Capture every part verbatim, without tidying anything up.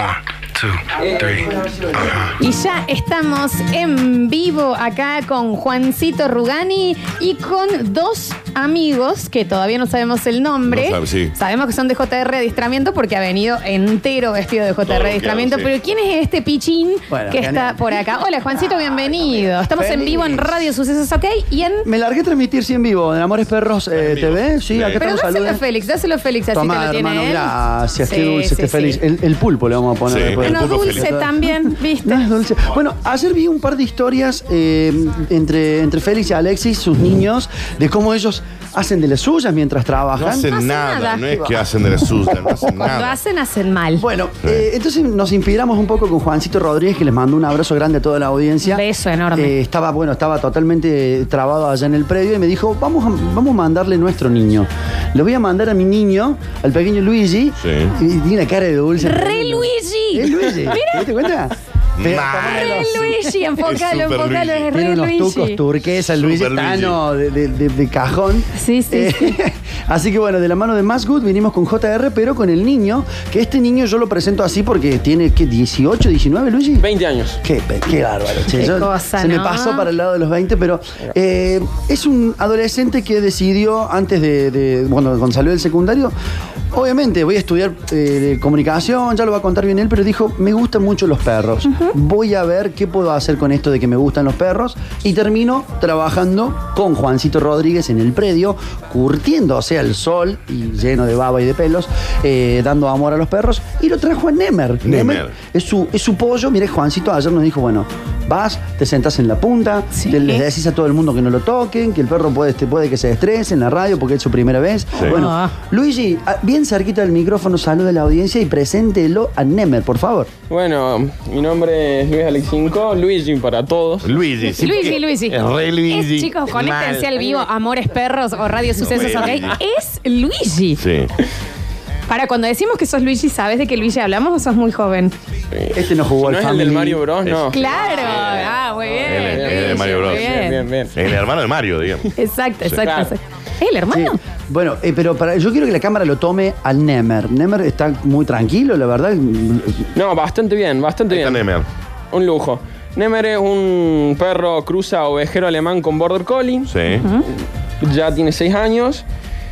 two, three. Uh-huh. Y ya estamos en vivo acá con Juancito Rugani y con dos amigos que todavía no sabemos el nombre. No sabe, sí. Sabemos que son de J R Adiestramiento porque ha venido entero vestido de J R Adiestramiento. Claro, sí. Pero ¿quién es este pichín bueno, que genial. está por acá? Hola, Juancito, bienvenido. Estamos Feliz. en vivo en Radio Sucesos, ¿ok? Y en... Me largué a transmitir sí en vivo en Amores Perros eh, T V. Sí, acá Pero estamos. dáselo a Saludos. Félix, dáselo a Félix, así Toma, te lo tiene hermano, él. gracias. Sí, Qué dulce sí, este sí. Félix. El, el pulpo le vamos a poner Sí, después. el Bueno, pulpo dulce Félix. también, ¿viste? No, es dulce. Bueno, ayer vi un par de historias eh, entre, entre Félix y Alexis, sus niños, de cómo ellos hacen de las suyas mientras No trabajan. hacen No hacen nada, nada. no es que hacen de la suya, no hacen Cuando nada. hacen, hacen mal. Bueno, eh, entonces nos inspiramos un poco con Juancito Rodríguez, que les mando un abrazo grande a toda la audiencia. Beso enorme. Eh, estaba, bueno, estaba totalmente trabado allá en el predio y me dijo, vamos a, vamos a mandarle nuestro niño. Le voy a mandar a mi niño, al pequeño Luigi. Sí. Y tiene una cara de dulce. ¡Re Luigi! ¿Es Luigi? ¿Te diste cuenta? Pero Mal. ponele ¡Re los- Luigi! Enfócalo, Es super enfócalo, Luigi. es Tiene re unos tucos Luigi. turquesa, Luigi Super Luigi. Tano de, de- de- de cajón. Sí, sí, Eh, sí. Así que bueno, de la mano de Más Good vinimos con J R, pero con el niño, que este niño yo lo presento así porque tiene, ¿qué? dieciocho, diecinueve, Luigi. veinte años. Qué, qué bárbaro, che. Qué Yo- cosa, se me ¿no? pasó para el lado de los veinte, pero eh, es un adolescente que decidió antes de, de- bueno, cuando salió del secundario, obviamente voy a estudiar eh, comunicación, ya lo va a contar bien él, pero dijo, me gustan mucho los perros. Voy a ver qué puedo hacer con esto de que me gustan los perros. Y termino trabajando con Juancito Rodríguez en el predio, curtiéndose al sol y lleno de baba y de pelos, eh, dando amor a los perros. Y lo trajo a Nemer. Nemer. Es su, es su pollo. Mire, Juancito ayer nos dijo, bueno, vas, te sentás en la punta, Sí. te, les decís a todo el mundo que no lo toquen, que el perro puede, te puede que se estrese en la radio porque es su primera vez. Sí. Bueno, Ah. Luigi, a- bien cerquita del micrófono, saluda a la audiencia y preséntelo a Nemer, por favor. Bueno, mi nombre es Luis Alexinco, Luigi para todos. Luigi, sí. Luigi, porque Luigi. Es re Luigi. Es, chicos, conéctense Mal. al vivo, Amores Perros o Radio Sucesos, Re ¿ok? Luigi. Es Luigi. Sí. Para cuando decimos que sos Luigi, ¿sabes de qué Luigi hablamos o sos muy joven? Este no jugó Si no al es el del Family. Mario Bros, no. Claro. Ah, muy bien. Él es- él es de Luigi, Mario Bros. muy Bien, bien, bien. El hermano de Mario, digamos. Exacto, exacto. Claro. exacto. ¿Es el hermano? Sí. Bueno, eh, pero para, yo quiero que la cámara lo tome al Nemer. Nemer está muy tranquilo, la verdad. No, bastante bien, bastante Ahí está bien. Nemer. Un lujo. Nemer es un perro cruza ovejero alemán con border collie. Sí. Ya tiene seis años.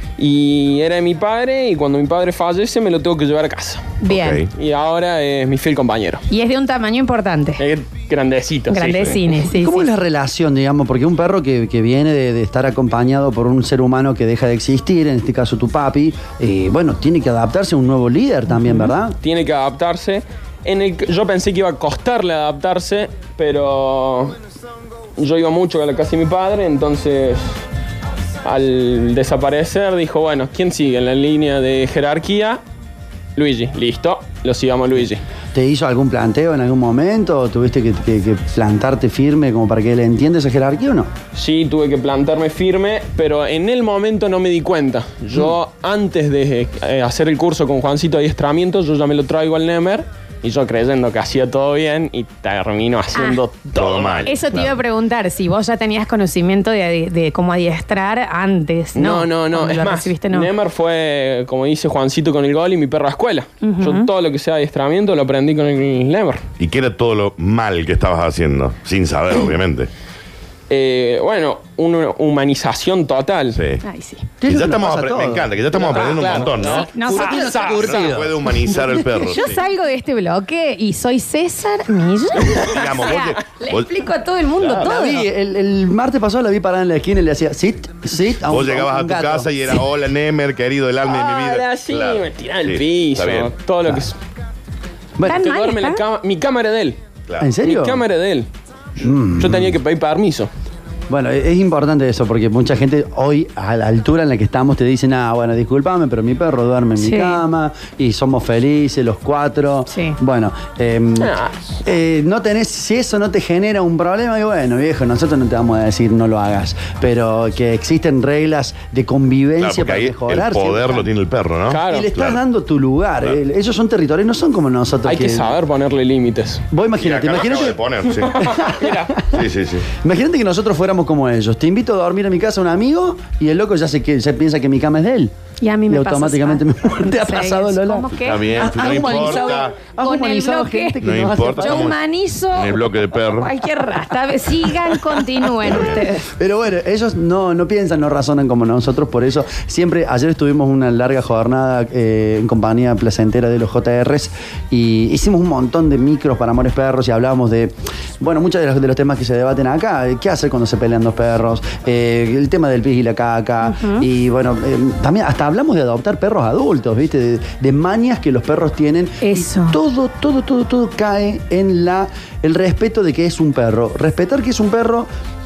Y era de mi padre. Y cuando mi padre fallece, me lo tengo que llevar a casa. Bien. Ok. Y ahora es mi fiel compañero. Y es de un tamaño importante. Es grandecito. sí. Grandecines, sí, ¿Cómo sí. es la relación, digamos? Porque un perro que, que viene de, de estar acompañado por un ser humano que deja de existir, en este caso tu papi, eh, bueno, tiene que adaptarse a un nuevo líder también, ¿verdad? Tiene que adaptarse. En el, yo pensé que iba a costarle adaptarse, pero yo iba mucho a la casa de mi padre, entonces al desaparecer dijo, bueno, ¿quién sigue en la línea de jerarquía? Luigi, listo, lo sigamos a Luigi. ¿Te hizo algún planteo en algún momento? ¿O tuviste que, que- que plantarte firme como para que él entienda esa jerarquía o no? Sí, tuve que plantarme firme, pero en el momento no me di cuenta. Yo, antes de eh, hacer el curso con Juancito de adiestramiento, yo ya me lo traigo al Nemer, y yo creyendo que hacía todo bien, y termino haciendo todo mal. Eso te Claro. iba a preguntar, si vos ya tenías conocimiento de, de cómo adiestrar antes, ¿no? No, no, no. Cuando Es lo más, recibiste, no. Nemer fue, como dice Juancito, con el gol y mi perro a escuela. Yo todo lo que sea adiestramiento lo aprendí con el Nemer. ¿Y qué era todo lo mal que estabas haciendo? Sin saber, obviamente. Eh, bueno, una humanización total. Sí. Ay, sí. Que Es lo ya que nos estamos pasa a apre- todos. me encanta, que ya estamos Ah, aprendiendo claro. un montón, ¿no? No Curtido. sabes. Se puede humanizar el perro. Yo sí. salgo de este bloque y soy César Millán. Digamos, O sea, vos que- le vos- explico a todo el mundo La todo. vi, el, el martes pasado la vi parada en la esquina y le hacía sit, sit. A un, Vos llegabas a un tu gato. casa y era, hola Nemer, querido del alma de mi vida. Ahora sí, Claro. me tiraba el Sí, piso. está bien. Todo lo que es. Bueno, ¿Tan Que mal duerme en la está? cama. Mi cámara es de él. Claro. ¿en serio? Mi cámara es de él. Yo tenía que pedir permiso. Bueno, es es importante eso porque mucha gente hoy, a la altura en la que estamos, te dicen, ah, bueno, discúlpame, pero mi perro duerme en Sí. mi cama y somos felices los cuatro. Sí. Bueno, eh, Ah. eh, no tenés, si eso no te genera un problema, y bueno, viejo, nosotros no te vamos a decir no lo hagas, pero que existen reglas de Claro, convivencia porque para ahí mejorar. el poder siempre. lo tiene el perro, ¿no? Claro. Y le estás Claro. dando tu lugar. Claro. Eh, Ellos son territorios, no son como nosotros. Hay que saber ponerle límites. Vos Y imagínate, acá lo acabo imagínate. de poner, sí. Mira. Sí, sí, sí. Imagínate que nosotros fuéramos como ellos. Te invito a dormir a mi casa un amigo y el loco ya se, que, se piensa que mi cama es de él. Y a mí me y pasa automáticamente eso. me te ha Sí, pasado, es Lola. como que- Está bien, Has no humanizado, importa. has Con el humanizado bloque- gente que No no, hace importa. Yo Estamos humanizo en el bloque de perros. cualquier rasta. Sigan, continúen ustedes. Pero bueno, ellos no, no piensan, no razonan como nosotros, por eso siempre, ayer estuvimos una larga jornada eh, en compañía placentera de los J Rs y hicimos un montón de micros para Amores Perros y hablábamos de, bueno, muchos de los, de los temas que se debaten acá, eh, qué hacer cuando se pelean dos perros, eh, el tema del pis y la caca, y bueno, eh, también hasta hablamos de adoptar perros adultos, ¿viste? De, de mañas que los perros tienen. Eso. Y todo, todo, todo, todo cae en la el respeto de que es un perro. Respetar que es un perro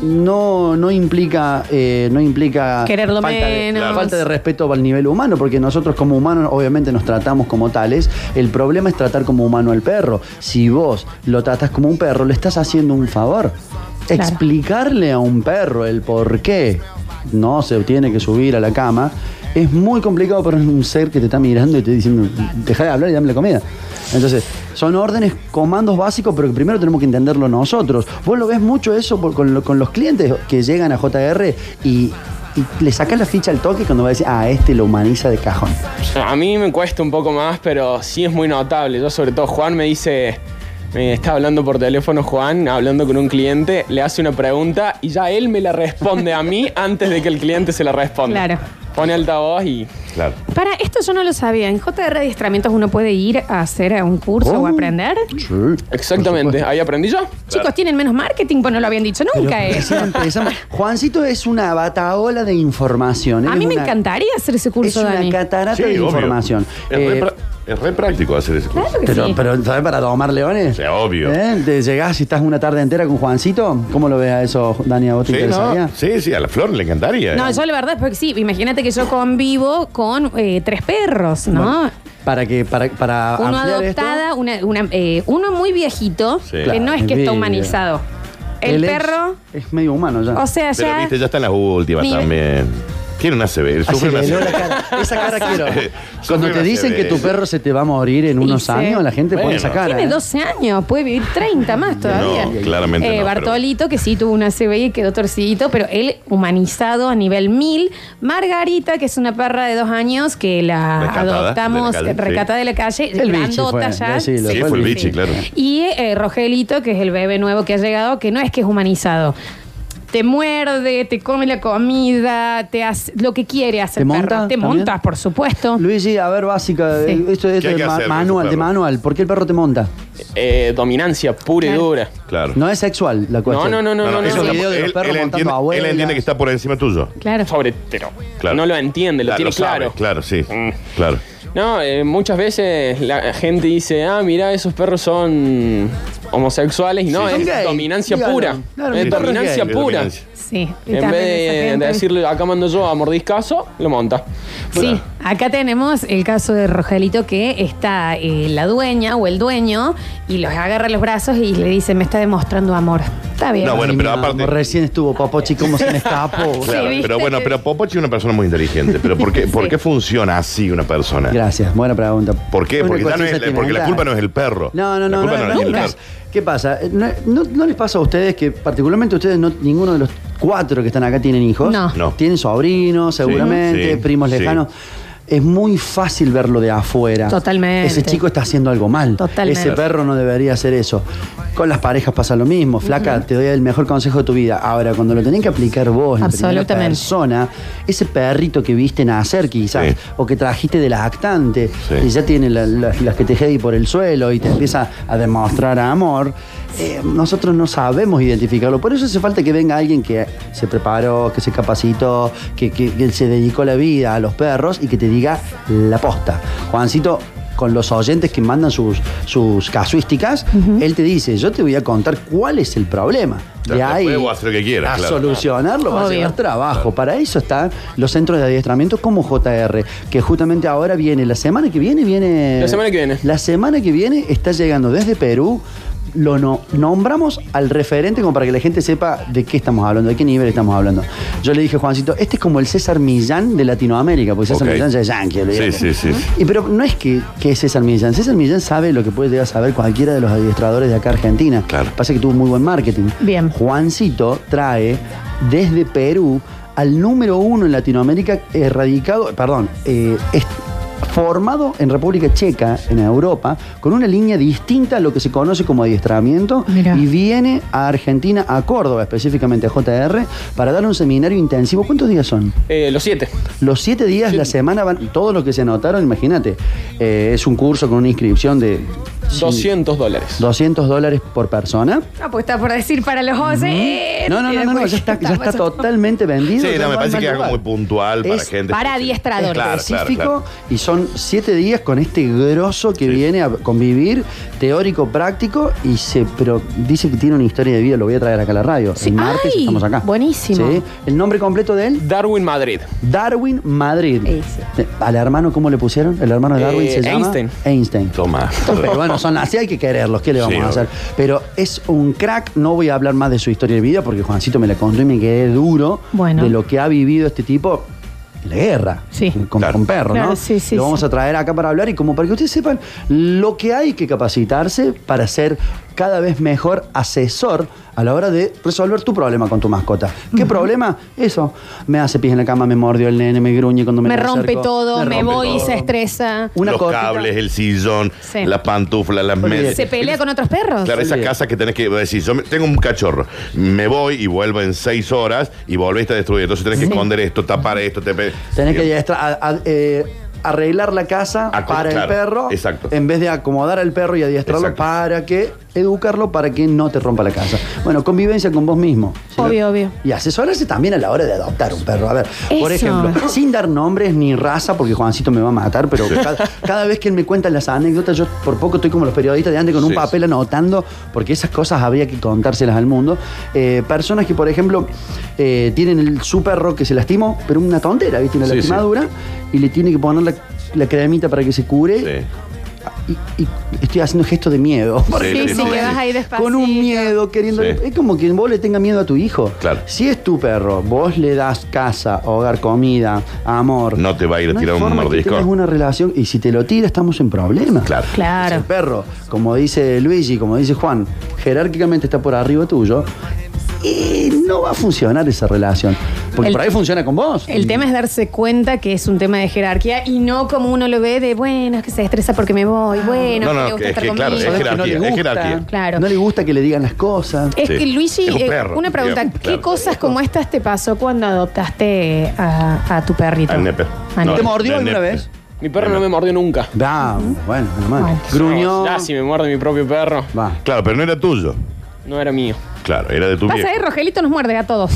no, no implica eh, no implica Quererlo falta de, menos. falta de respeto al nivel humano, porque nosotros como humanos obviamente nos tratamos como tales. El problema es tratar como humano al perro. Si vos lo tratas como un perro, le estás haciendo un favor. Claro. Explicarle a un perro el por qué no se tiene que subir a la cama es muy complicado para un ser que te está mirando y te diciendo, deja de hablar y dame la comida. Entonces, son órdenes, comandos básicos, pero que primero tenemos que entenderlo nosotros. Vos lo ves mucho eso por- con, lo- con los clientes que llegan a J R y, y le sacas la ficha al toque cuando va a decir, ah, este lo humaniza de cajón. A mí me cuesta un poco más, pero sí es muy notable. Yo, sobre todo, Juan me dice, me está hablando por teléfono, Juan, hablando con un cliente, le hace una pregunta y ya él me la responde a mí antes de que el cliente se la responda. Claro. Pone altavoz y... Claro. Para esto yo no lo sabía. En J R Adiestramientos uno puede ir a hacer a un curso Oh. o aprender. Sí. Exactamente. ¿Ahí aprendí yo? Chicos, tienen menos marketing, pues no lo habían dicho nunca. Pero eh. recién empezamos. Juancito es una bataola de información. Él A es mí me una- encantaría hacer ese Es curso, una Dani. catarata Sí, de obvio. información. Es, Eh, re, pra- es re práctico hacer ese curso. Claro que Pero, sí. pero ¿sabes para domar leones? Sí, obvio. ¿Eh? ¿Te llegás y estás una tarde entera con Juancito? ¿Cómo lo ves a eso, Dani? ¿A vos te Sí, interesaría? no, sí, sí, a la Flor le encantaría. No, ¿eh? yo la verdad es porque sí, imagínate que yo convivo con eh, tres perros, ¿no? Bueno, para que para, para uno ampliar adoptada, una, una, eh, uno muy viejito, Sí. que Claro, no es que es está bello. humanizado. El ex perro, es medio humano ya. o sea, Pero ya... viste, ya está en las últimas Ni- también. Tiene una C B. Así Sufre una le veo C B. la cara. Esa cara quiero. Sufre Cuando te una dicen C B. que tu perro se te va a morir en Y unos sí. años, la gente pone Bueno. esa cara. Tiene ¿eh? doce años, puede vivir treinta más todavía. No, claramente Eh, no, pero- Bartolito, que sí tuvo una C B y quedó torcidito, pero él humanizado a nivel mil. Margarita, que es una perra de dos años que la Rescatada adoptamos, de la calle, recata sí. de la calle, El bichi grandota fue, ya. decilo, Sí, fue el bichi, claro. Y eh, Rogelito, que es el bebé nuevo que ha llegado, que no es que es humanizado. Te muerde, te come la comida, te hace lo que quiere hacer ¿Te perro. monta Te también? montas, por supuesto. Luigi, a ver, básica. Sí. eh, Esto, esto ¿Qué hay es que ma- hacer con manual, tu de perro? manual. ¿Por qué el perro te monta? Eh, dominancia pura Claro. y dura. Claro. No es sexual la cuestión. No, no, no, no, no. Esos no. videos de los él, perros él montando entiende, abuelas. él entiende que está por encima tuyo. Claro. Sobre, pero Claro. no lo entiende, lo Claro, tiene sabe, claro. Claro, sí. Mm. Claro. No, eh, muchas veces la gente dice, ah, mira, esos perros son homosexuales y no, Sí, es son gay. dominancia Dígalo. pura. Claro, es mi perro es dominancia gay. Es pura. dominancia. Sí. y En también vez esa de, de gente- decirle, acá mando yo a mordiscazo, lo monta. Sí, acá tenemos el caso de Rogelito que está eh, la dueña o el dueño y los agarra los brazos y le dice, me está demostrando amor. Está bien. No, bueno, Ay, pero mi aparte- amor, recién estuvo Popochi, ¿cómo se me escapó? Claro, ¿viste? pero bueno, pero Popochi es una persona muy inteligente. Pero ¿por qué, ¿por Sí. qué funciona así una persona? Gracias, buena pregunta. ¿Por qué? Una Porque, ya no es- conciencia porque la sentimental. culpa no es el perro. No, no, La no, culpa no, no no, es el nunca. perro. ¿Qué pasa? No, no- no les pasa a ustedes que particularmente ustedes, no, ninguno de los cuatro que están acá tienen hijos? No. No. Tienen sobrinos, seguramente, sí, primos sí. lejanos. Es muy fácil verlo de afuera. Totalmente. Ese chico está haciendo algo mal. Totalmente. Ese perro no debería hacer eso. Con las parejas pasa lo mismo. Flaca, te doy el mejor consejo de tu vida. Ahora, cuando lo tenés que aplicar vos en primera Absolutamente. persona, ese perrito que viste nacer quizás, Sí. o que trajiste de lactante, Sí. y ya tiene la- la- las que te jedi por el suelo y te empieza a demostrar amor, eh, nosotros no sabemos identificarlo. Por eso hace falta que venga alguien que se preparó, que se capacitó, que, que- que se dedicó la vida a los perros y que te diga la posta. Juancito, con los oyentes que mandan sus, sus casuísticas, él te dice, yo te voy a contar cuál es el problema. De Después ahí vos haces lo que quieras, a claro. solucionarlo va a Obvio. llevar trabajo. Para eso están los centros de adiestramiento como J R, que justamente ahora viene, la semana que viene, viene... La semana que viene. La semana que viene está llegando desde Perú. Lo no- nombramos al referente como para que la gente sepa de qué estamos hablando, de qué nivel estamos hablando. Yo le dije a Juancito, este es como el César Millán de Latinoamérica, porque César Ok. Millán ya es yankee. olvídate. Sí, sí, sí, sí. Y pero no es que, que es César Millán. César Millán sabe lo que puede llegar a saber cualquiera de los adiestradores de acá Argentina. Claro. Pasa que tuvo muy buen marketing. Bien. Juancito trae desde Perú al número uno en Latinoamérica, erradicado, perdón, eh, es formado en República Checa, en Europa, con una línea distinta a lo que se conoce como adiestramiento. Mirá. Y viene a Argentina, a Córdoba, específicamente a J R, para dar un seminario intensivo. ¿Cuántos días son? Eh, los siete. Los siete días, Sí. la semana, van todos los que se anotaron, imagínate. Eh, es un curso con una inscripción de doscientos dólares. doscientos dólares por persona. Ah, pues está por decir para los once. No, no, no, no, no, ya está, ya está totalmente vendido. Sí, ya no, me va parece al que es algo lugar. muy puntual para Es gente. para adiestradores. Claro, Específico, claro, claro. y son siete días con este grosso que Sí. viene a convivir, teórico, práctico, y se, pero dice que tiene una historia de vida, lo voy a traer acá a la radio. Sí. El martes ¡Ay! estamos acá. Buenísimo. Sí. El nombre completo de él, Darwin, Madrid. Darwin Madrid. Ese. ¿Al hermano cómo le pusieron? El hermano de Darwin Eh, se llama Einstein. Einstein. Toma. Pero bueno, son así, hay que quererlos, ¿qué le vamos Sí, a hacer? obvio. Pero es un crack, no voy a hablar más de su historia de vida porque Juancito me la contó y me quedé duro Bueno. de lo que ha vivido este tipo. La guerra, Sí. con, Claro. con perros, Claro, ¿no? sí, sí, lo vamos sí. a traer acá para hablar y como para que ustedes sepan lo que hay que capacitarse para ser cada vez mejor asesor a la hora de resolver tu problema con tu mascota. ¿Qué problema? Eso. Me hace pis en la cama, me mordió el nene, me gruñe cuando me Me le rompe acerco, todo, me, rompe voy y todo. se estresa. Una Los cortita. cables, el sillón, Sí. las pantuflas, las Olvídate. mesas. ¿Se pelea con otros perros? Claro, esas Olvídate. casas que tenés que decir, yo me- tengo un cachorro, me voy y vuelvo en seis horas y volviste a destruir. Entonces tenés que esconder esto, tapar esto, te pe- Tenés que adiestra- a- a- eh, arreglar la casa Acom- para claro, el perro, exacto. en vez de acomodar al perro y adiestrarlo Exacto. para que, educarlo para que no te rompa la casa. Bueno, convivencia con vos mismo. ¿sí? Obvio, obvio. Y asesorarse también a la hora de adoptar un perro. A ver, por Eso. ejemplo, sin dar nombres ni raza, porque Juancito me va a matar, pero cada, cada vez que él me cuenta las anécdotas, yo por poco estoy como los periodistas de antes con un Sí. papel anotando, porque esas cosas habría que contárselas al mundo. Eh, personas que, por ejemplo, eh, tienen el, su perro que se lastimó, pero una tontera, ¿viste? Una Sí, lastimadura, y le tiene que poner la, la cremita para que se cure. Sí. Y, y estoy haciendo gesto de miedo. porque Sí, Sí, sí, sí, que sí. vas ahí despacito. con un miedo, queriendo. Sí. Es como que vos le tengas miedo a tu hijo. Claro. Si es tu perro, vos le das casa, hogar, comida, amor. No te va a ir a no hay tirar un forma que mordisco. tengas una relación. Y si te lo tira, estamos en problemas. Claro. Claro. Si el perro, como dice Luigi, como dice Juan, jerárquicamente está por arriba tuyo, y no va a funcionar esa relación. Porque El- por ahí funciona con vos. El tema es darse cuenta que es un tema de jerarquía y no como uno lo ve de, bueno, es que se estresa porque me voy, bueno, No, que no, le gusta que- estar que claro, conmigo. es Sabés que no le jerarquía, es gusta, jerarquía. Claro. No le gusta que le digan las cosas. Es Sí. que Luigi, Es un eh, perro, una pregunta, digamos, ¿qué claro. cosas como estas te pasó cuando adoptaste a, a tu perrito? Al Nepe. A No, ¿Te Nepe. mordió de alguna Nepe. vez? Mi perro no me mordió nunca. Va, bueno, menos mal. Bueno. Gruñó. Ya, si me muerde mi propio perro, Va. Claro, pero no era tuyo. no era mío. Claro, era de tu Pasa viejo. ahí, Rogelito nos muerde a todos.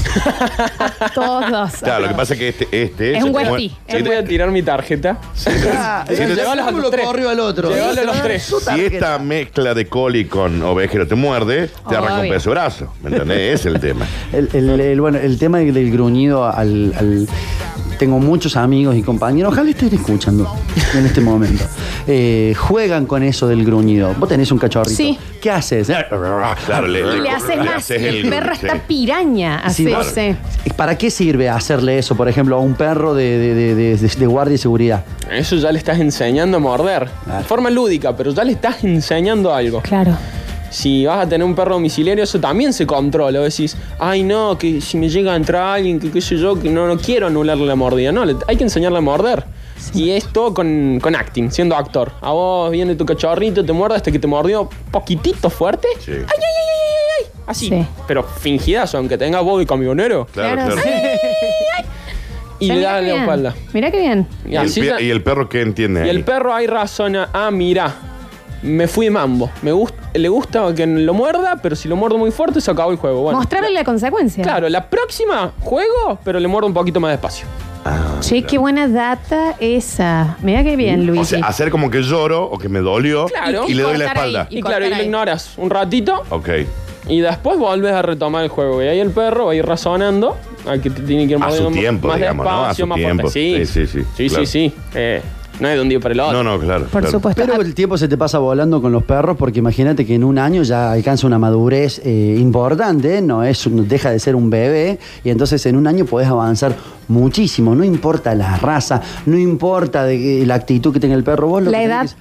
a todos. a Claro, lo que todos. pasa es que este. este Es un se te Westie. muer- Es Yo te voy a tirar mi tarjeta. Ah, Sí, ya sí, llévalos a cómo los lo tres. corrió al otro. Llévalos a los tres. Su Si tarjeta. esta mezcla de coli con ovejero te muerde, te arranca un Obvio. pedazo de brazo. ¿Me entendés? Ese es el tema. El, el- el- bueno, el tema del, del gruñido al, al- Tengo muchos amigos y compañeros, ojalá estén escuchando en este momento. Eh, juegan con eso del gruñido. Vos tenés un cachorrito. Sí. ¿Qué haces? Claro, le, Y le haces más. haces El, perro sí. está piraña. Si Así, vos- sí. ¿Para qué sirve hacerle eso, por ejemplo, a un perro de, de- de- de- de- de guardia y seguridad? Eso ya le estás enseñando a morder. Claro. De forma lúdica, pero ya le estás enseñando algo. Claro. Si vas a tener un perro domiciliario, eso también se controla. Vos decís, ay no, que si me llega a entrar alguien, que qué sé yo, que no, no quiero anularle la mordida. No, le- hay que enseñarle a morder. Y esto con, con acting, siendo actor. A vos viene tu cachorrito, te muerde hasta que te mordió poquitito fuerte. Sí. Ay, ay, ay, ay, ay, ay. Así. Sí. Pero fingidazo, aunque tenga voz de camionero. Claro, Claro, claro. sí. Y Ya, le mirá da qué la bien. espalda. Mirá qué bien. Y, ¿Y el, así pi- ya- y el perro qué entiende? y ahí? el perro ahí razona, ah, mira, me fui de mambo. Me gust- le gusta que lo muerda, pero si lo muerdo muy fuerte se acabó el juego. Bueno, Mostrarle la consecuencia. claro, la próxima juego, pero le muerdo un poquito más despacio. Ah, Che, qué buena data esa. Mirá qué bien, Luis. o sea, hacer como que lloro o que me dolió Claro. y, le doy la cortar ahí. espalda. Y, Y claro, y cortar lo ahí. ignoras un ratito Ok. y después volves a retomar el juego. Y ahí el perro va a ir razonando al que te tiene que ir A su mordiendo tiempo, más digamos, ¿no? A despacio, su más tiempo. fuerte. Sí, Sí, sí, sí, Sí, claro. sí, sí. Eh, no es de un día para el otro. No, no, claro. Por claro. supuesto. Pero Ah, el tiempo se te pasa volando con los perros porque imagínate que en un año ya alcanza una madurez eh, importante, no es un- deja de ser un bebé y entonces en un año podés avanzar muchísimo, no importa la raza, no importa de, eh, la actitud que tenga el perro, vos lo La que edad. tenés que-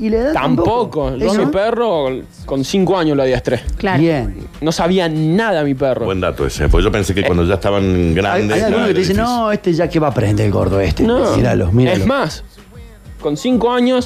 ¿Y la edad Tampoco. tampoco? Yo a ¿Eso? mi perro con cinco años lo adiestré. Claro. Bien. No sabía nada mi perro. Buen dato ese, porque yo pensé que cuando ya estaban Hay, grandes. hay algunos ya que te era dicen, difícil. no, este ya que va a aprender el gordo este. No. Míralo, míralo. Es más, con cinco años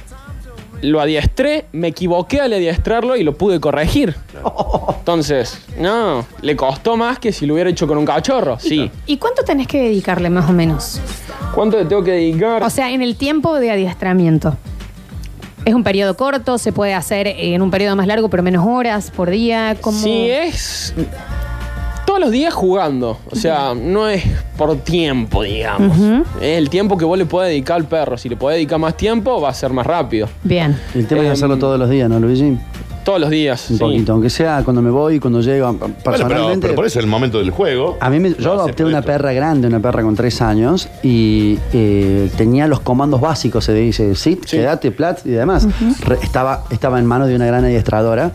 lo adiestré, me equivoqué al adiestrarlo y lo pude corregir. Entonces, no, le costó más que si lo hubiera hecho con un cachorro. Sí. ¿Y cuánto tenés que dedicarle más o menos? ¿Cuánto le tengo que dedicar? O sea, en el tiempo de adiestramiento. ¿Es un periodo corto? ¿Se puede hacer en un periodo más largo, pero menos horas por día? ¿Cómo? Sí, es todos los días jugando. O sea, no es por tiempo, digamos. Ujú. Es el tiempo que vos le podés dedicar al perro. Si le podés dedicar más tiempo, va a ser más rápido. Bien. El tema es Em, hacerlo todos los días, ¿no, Luigi? Todos los días. Un sí. poquito, aunque sea cuando me voy, cuando llego. Bueno, pero, Personalmente, pero por eso el momento del juego. a mí me- lo yo hace adopté por una esto. perra grande, una perra con tres años, y eh, tenía los comandos básicos, se dice, sit, Sí. quedate, plat y demás. Re- estaba, estaba en manos de una gran adiestradora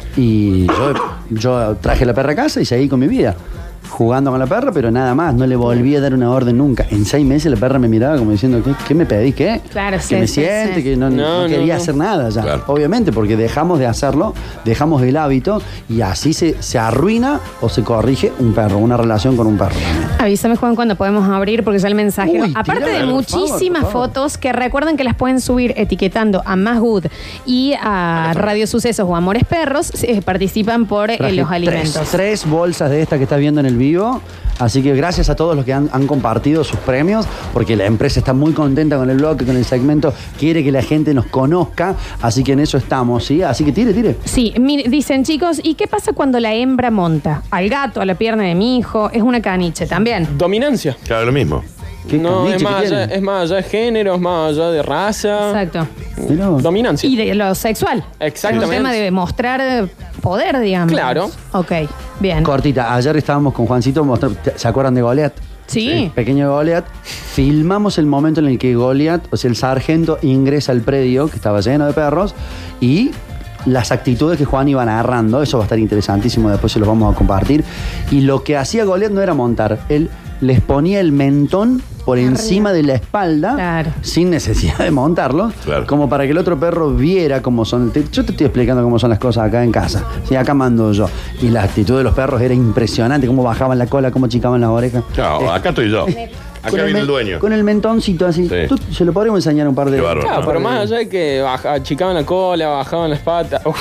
y yo, yo traje la perra a casa y seguí con mi vida. Jugando con la perra, pero nada más, no le volví a dar una orden nunca. En seis meses la perra me miraba como diciendo, ¿qué, qué me pedís? ¿Qué? Claro, que sí, me sí, siente, sí. que no, no No, no, quería no. hacer nada ya. Claro. Obviamente, porque dejamos de hacerlo, dejamos el hábito y así se, se arruina o se corrige un perro, una relación con un perro también. Avísame, Juan, cuando podemos abrir, porque ya el mensajero. Uy, Aparte tirame, de por favor, muchísimas por favor. fotos que recuerden que las pueden subir etiquetando a Más Good y a Radio Sucesos o Amores Perros, eh, participan por eh, Traje los tres- alimentos. Tres, bolsas de esta que estás viendo en el vivo. Así que gracias a todos los que han, han compartido sus premios, porque la empresa está muy contenta con el blog, con el segmento, quiere que la gente nos conozca, así que en eso estamos, ¿sí? Así que tire, tire. Sí, mire, dicen chicos, ¿y qué pasa cuando la hembra monta? Al gato, a la pierna de mi hijo, es una caniche también. Dominancia. Claro, lo mismo. ¿Qué No, caniche es más, que allá, tienen? es más allá de género, es más allá de raza. Exacto. Mirá vos. Dominancia. Y de lo sexual. Exactamente. Es un tema de mostrar eh, poder, digamos. Claro. Ok, bien. Cortita, ayer estábamos con Juancito, mostrando- ¿se acuerdan de Goliat? Sí. Pequeño Goliat. Filmamos el momento en el que Goliat, o sea, el sargento, ingresa al predio, que estaba lleno de perros, y las actitudes que Juan iba narrando, eso va a estar interesantísimo, después se los vamos a compartir. Y lo que hacía Goliat no era montar, él les ponía el mentón por Arriba. encima de la espalda, Claro. sin necesidad de montarlo, Claro. como para que el otro perro viera cómo son. te- Yo te estoy explicando cómo son las cosas acá en casa. Sí, acá mando yo. Y la actitud de los perros era impresionante, cómo bajaban la cola, cómo chicaban las orejas. Chao, Eh, acá estoy yo. con Acá viene men- el dueño. Con el mentoncito así. Sí. Tú- se lo podríamos enseñar un par de. Qué bárbaro. Claro, No, pero un par más de- allá de que baja- achicaban la cola, bajaban las patas, uf,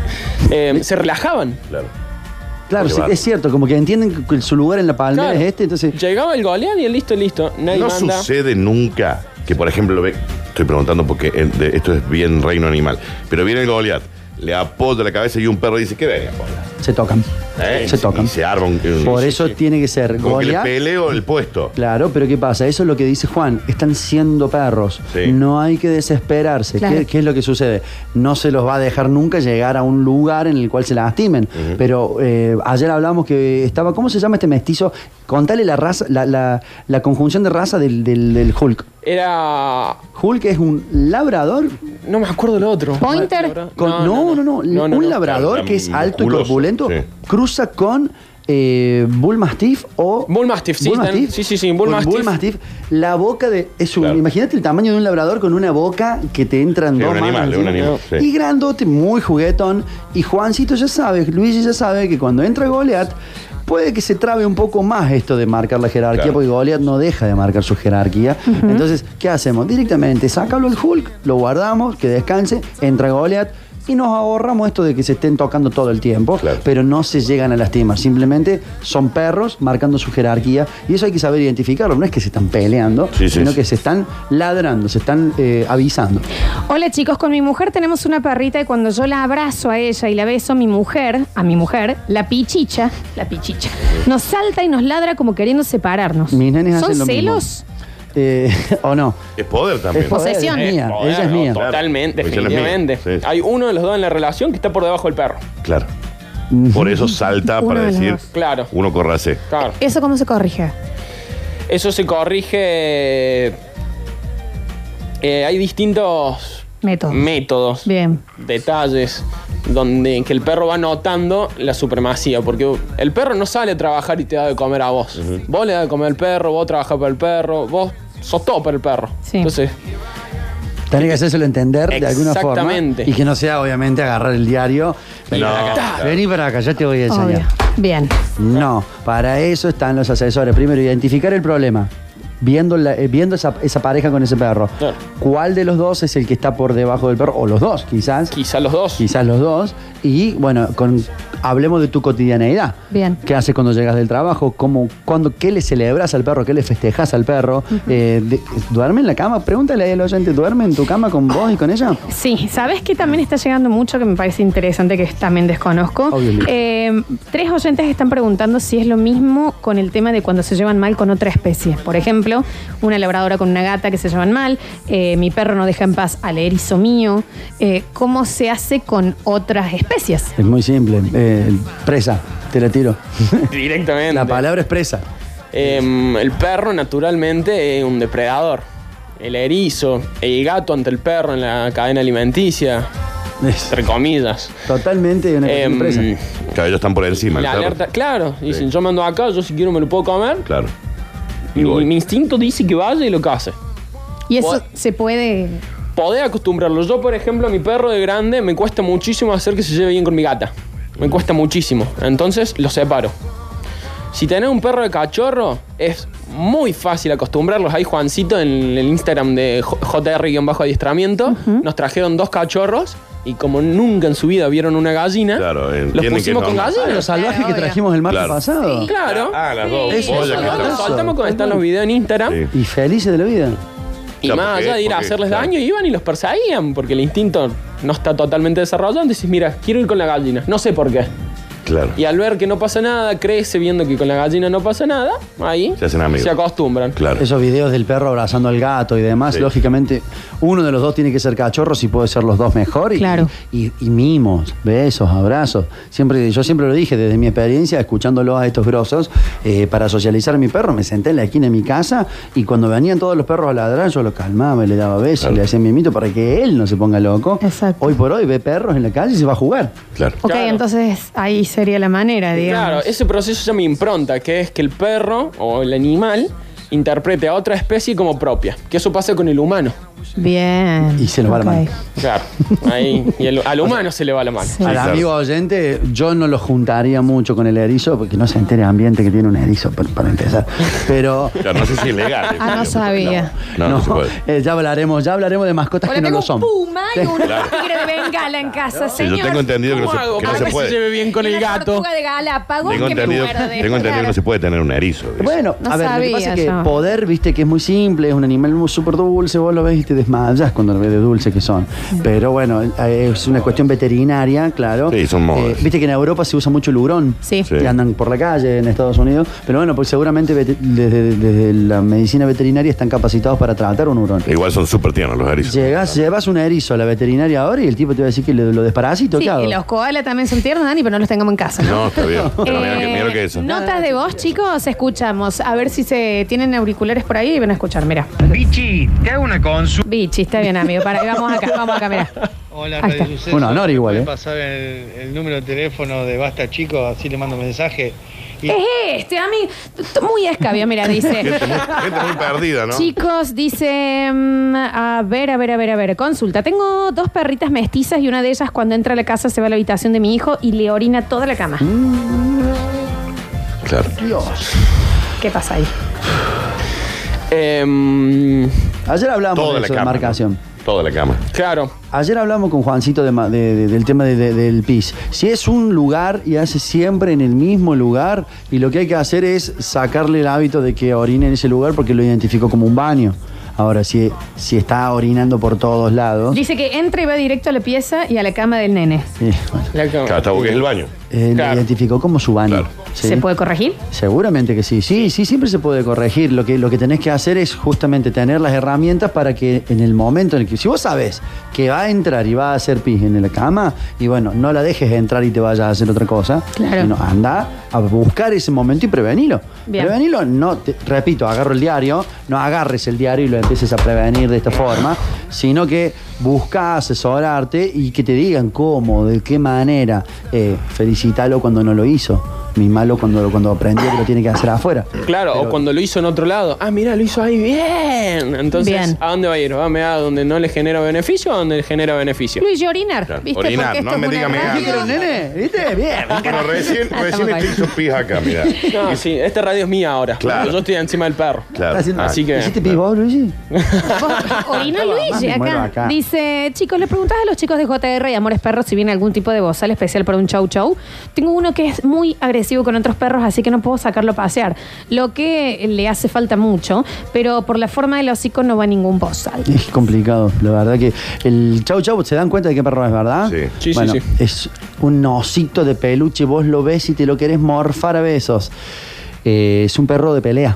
eh, se relajaban. Claro. Claro, Qué sí, bárbaro. es cierto, como que entienden que su lugar en la palmera Claro. es este, entonces. Llegaba el goleán y el listo, listo. Nadie No manda. sucede nunca que, por ejemplo, ve, estoy preguntando porque eh, de- esto es bien reino animal, pero viene el Goliat, le apoya la cabeza y un perro dice, ¿qué venga, polla? Se tocan. ¿Eh? Se tocan. Y se arma un... un- Por sí, eso sí. tiene que ser Como que le Goliat. peleo el puesto. Claro, pero ¿qué pasa? Eso es lo que dice Juan. Están siendo perros. Sí. No hay que desesperarse. Claro. ¿Qué, qué es lo que sucede? No se los va a dejar nunca llegar a un lugar en el cual se lastimen. Pero eh, ayer hablamos que estaba. ¿Cómo se llama este mestizo? Contale la raza, la, la- la conjunción de raza del, del- del Hulk. Era. Hulk es un labrador. No me acuerdo lo otro. Pointer. Con, no, no, no, no, no, un no. labrador Claro, que es alto y musculoso, corpulento sí. cruza con eh, Bull Mastiff o. Bull Mastiff, sí, están- sí, sí, sí, Bull Con Mastiff. Bull Mastiff. La boca de. Es un, Claro. Imagínate el tamaño de un labrador con una boca que te entra en Es dos un animal, manos es un encima. animal. Y Sí. grandote, muy juguetón. Y Juancito ya sabe, Luigi ya sabe que cuando entra Goliat, puede que se trabe un poco más esto de marcar la jerarquía, Claro. porque Goliat no deja de marcar su jerarquía. Entonces, ¿qué hacemos? Directamente, sácalo el Hulk, lo guardamos, que descanse, entra Goliat. Y nos ahorramos esto de que se estén tocando todo el tiempo, Claro. pero no se llegan a lastimar. Simplemente son perros marcando su jerarquía y eso hay que saber identificarlo. No es que se están peleando, Sí, sí, sino sí. que se están ladrando, se están eh, avisando. Hola chicos, con mi mujer tenemos una perrita y cuando yo la abrazo a ella y la beso, mi mujer, a mi mujer, la pichicha, la pichicha, nos salta y nos ladra como queriendo separarnos. Mis nenes ¿Son hacen lo celos? Eh, ¿O no? Es poder también. Es poder, Posesión. es mía, Joder, ella es mía. Totalmente, Porque ella es mía. definitivamente. Sí. Hay uno de los dos en la relación que está por debajo del perro. Claro. Por eso salta Uno para de los decir, dos. Claro, uno corrase. claro. ¿Eso cómo se corrige? Eso se corrige. eh, hay distintos Método. métodos, Bien. detalles, donde en que el perro va notando la supremacía. Porque el perro no sale a trabajar y te da de comer a vos. Vos le das de comer al perro, vos trabajás para el perro, vos sos todo para el perro. Sí. Entonces, Tenés que hacérselo entender de alguna forma. Exactamente. Y que no sea, obviamente, agarrar el diario. Vení No, para acá. claro. Vení para acá, ya te voy a enseñar. Obvio. Bien. No, para eso están los asesores. Primero, identificar el problema. Viendo, la- eh, viendo esa, esa pareja con ese perro. Claro. ¿Cuál de los dos es el que está por debajo del perro? O los dos, quizás. Quizá los dos. Quizás los dos. Y bueno, con, hablemos de tu cotidianeidad. Bien. ¿Qué haces cuando llegas del trabajo? ¿Cómo, cuándo, ¿Qué le celebras al perro? ¿Qué le festejas al perro? Eh, de- ¿Duerme en la cama? Pregúntale ahí al oyente, ¿duerme en tu cama con vos y con ella? Sí, ¿sabes qué también está llegando mucho que me parece interesante, que también desconozco? Obvio. Eh, tres oyentes están preguntando si es lo mismo con el tema de cuando se llevan mal con otra especie. Por ejemplo, una labradora con una gata que se llevan mal, eh, mi perro no deja en paz al erizo mío. Eh, ¿Cómo se hace con otras especies? Es muy simple. Eh, presa, te la tiro. Directamente. La palabra es presa. Em, el perro naturalmente es un depredador. El erizo, el gato ante el perro en la cadena alimenticia, Es entre comillas. totalmente una cuestión Em, de presa. Claro, ellos están por encima. el la perro. alerta, claro, dicen, Sí. yo mando acá, yo si quiero me lo puedo comer. Claro. Y Mi, voy. mi instinto dice que vaya y lo case. Y eso Bueno. se puede... Podés acostumbrarlo. Yo, por ejemplo, a mi perro de grande me cuesta muchísimo hacer que se lleve bien con mi gata. Me cuesta muchísimo. Entonces lo separo. Si tenés un perro de cachorro, es muy fácil acostumbrarlos. Ahí Juancito en el Instagram de J R-adiestramiento nos trajeron dos cachorros y como nunca en su vida vieron una gallina, Claro, los entienden que pusimos no. con Ah, gallinas. los salvajes Claro, que obvio. trajimos el martes Claro. pasado. Claro. Ah, las dos. Sí, pollas eso, que eso, están- Los soltamos cuando están los videos en Instagram. Sí. Y felices de la vida. Y Claro, más porque- allá de ir a porque, hacerles claro. daño, iban y los perseguían, porque el instinto no está totalmente desarrollado. Entonces, mira, quiero ir con la gallina, no sé por qué. Claro. Y al ver que no pasa nada, crece viendo que con la gallina no pasa nada, ahí Se hacen amigos. se acostumbran. Claro. Esos videos del perro abrazando al gato y demás, Sí. lógicamente, uno de los dos tiene que ser cachorro, si puede ser los dos mejor. Y, Claro. y, y mimos, besos, abrazos. Siempre, yo siempre lo dije desde mi experiencia, escuchándolos a estos grosos, eh, para socializar a mi perro, me senté en la esquina de mi casa y cuando venían todos los perros a ladrar, yo lo calmaba, le daba besos, Claro. le hacía mimito para que él no se ponga loco. Exacto. Hoy por hoy ve perros en la calle y se va a jugar. Claro. Ok, Claro. entonces ahí sería la manera, digamos. Claro, ese proceso se llama impronta, que es que el perro o el animal interprete a otra especie como propia. Que eso pasa con el humano. Bien. Y se nos va la Ok. mano. Claro. Ahí, y el- al humano se le va la mano. Sí. Al claro. amigo oyente, yo no lo juntaría mucho con el erizo, porque no se entere el ambiente que tiene un erizo, para, para empezar. Pero Claro, no sé si es legal. Ah, no sabía. No, no, se puede. eh, ya hablaremos, ya hablaremos de mascotas Ahora que no tengo lo son. un puma y un Claro. tigre de Bengala en casa, Sí, señor. yo tengo entendido que no ¿Cómo se, hago que no para se que puede. se lleve bien con Y el la gato? tortuga de Galápagos Tengo que me entendido, muerde. tengo entendido que no se puede tener un erizo. dice. Bueno, No a ver, lo que sabía pasa es que yo. poder, viste, que es muy simple, es un animal muy súper dulce, vos lo ves y te desmayas cuando lo ves de dulce que son. Pero bueno, eh, es una cuestión veterinaria, claro. Sí, son modas. Eh, viste que en Europa se usa mucho el hurón. Sí. Sí. Que andan por la calle en Estados Unidos. Pero bueno, pues seguramente vete- desde, desde la medicina veterinaria están capacitados para tratar un hurón. Igual son súper tiernos los erizos. Llegas, llevas un erizo a la veterinaria ahora y el tipo te va a decir que lo, lo desparasito, Sí, ¿qué hago? y los koalas también son tiernos, Dani, pero no los tengamos en casa. ¿no? No, está bien. Pero mira, que, Eh, mira lo que es eso. Notas de voz, chicos, escuchamos. A ver si se tienen auriculares por ahí y van a escuchar, mira. Bichi, te hago una consulta. Bichi, está bien, amigo. Para, vamos acá, vamos acá, mira. Hola, Ahí está. Radio Suceso. Un honor igual, ¿Me ¿eh? puede pasar el, el número de teléfono de Basta Chico? Así le mando mensaje. Y Es este, amigo. Muy escabio, mira, dice. Gente muy, gente muy perdida, ¿no? Chicos, dice, mm, a ver, a ver, a ver, a ver, consulta. Tengo dos perritas mestizas y una de ellas cuando entra a la casa se va a la habitación de mi hijo y le orina toda la cama. Claro. Dios. ¿Qué pasa ahí? Em, Ayer hablamos Toda de la eso, de cama. marcación. ¿no? Toda la cama. claro. Ayer hablamos con Juancito de ma- de- de- del tema de- de- del pis. Si es un lugar y hace siempre en el mismo lugar, y lo que hay que hacer es sacarle el hábito de que orine en ese lugar porque lo identificó como un baño. Ahora, si, si está orinando por todos lados, Dice que entra y va directo a la pieza y a la cama del nene. sí, bueno, La cama. Claro, está porque es el baño. eh, Claro. lo identificó como su baño. Claro. ¿sí? ¿Se puede corregir? Seguramente que sí. Sí, sí, siempre se puede corregir. Lo que, lo que tenés que hacer es justamente tener las herramientas para que en el momento en el que, si vos sabés que va a entrar y va a hacer pis en la cama, y bueno, no la dejes entrar y te vayas a hacer otra cosa, Claro. sino anda a buscar ese momento y prevenilo. Bien. Prevenilo, no, te- repito, agarro el diario, no agarres el diario y lo empieces a prevenir de esta forma, sino que busca asesorarte y que te digan cómo, de qué manera. Eh, felicítalo cuando no lo hizo. mimarlo cuando, cuando aprendió que lo tiene que hacer afuera. Claro, Pero- o cuando lo hizo en otro lado. Ah, mira, lo hizo ahí bien. Entonces, Bien. ¿a dónde va a ir? ¿Va a mear donde no le genera beneficio o donde le genera beneficio? Luis, y orinar, Claro, ¿viste? orinar, Porque no esto me es diga una mear. radio. Pero nene, ¿viste? Bien. Bueno, recién, Ah, recién estamos te hizo pija acá, mira. No, sí, esta radio es mía ahora. Claro. Yo estoy encima del perro. Claro. Está haciendo- Así que- ¿Hiciste pis vos, Luigi? Orina Luigi Me muero acá. acá. Dice, chicos, le preguntás a los chicos de J R y Amores Perros si viene algún tipo de bozal especial para un chau chau. Tengo uno que es muy agresivo con otros perros, así que no puedo sacarlo a pasear. Lo que le hace falta mucho, pero por la forma del hocico no va ningún bozal. Es complicado, la verdad que el chau chau, ¿se dan cuenta de qué perro es, verdad? Sí. Sí, sí, Bueno, sí. es un osito de peluche, vos lo ves y te lo querés morfar a besos. Eh, es un perro de pelea.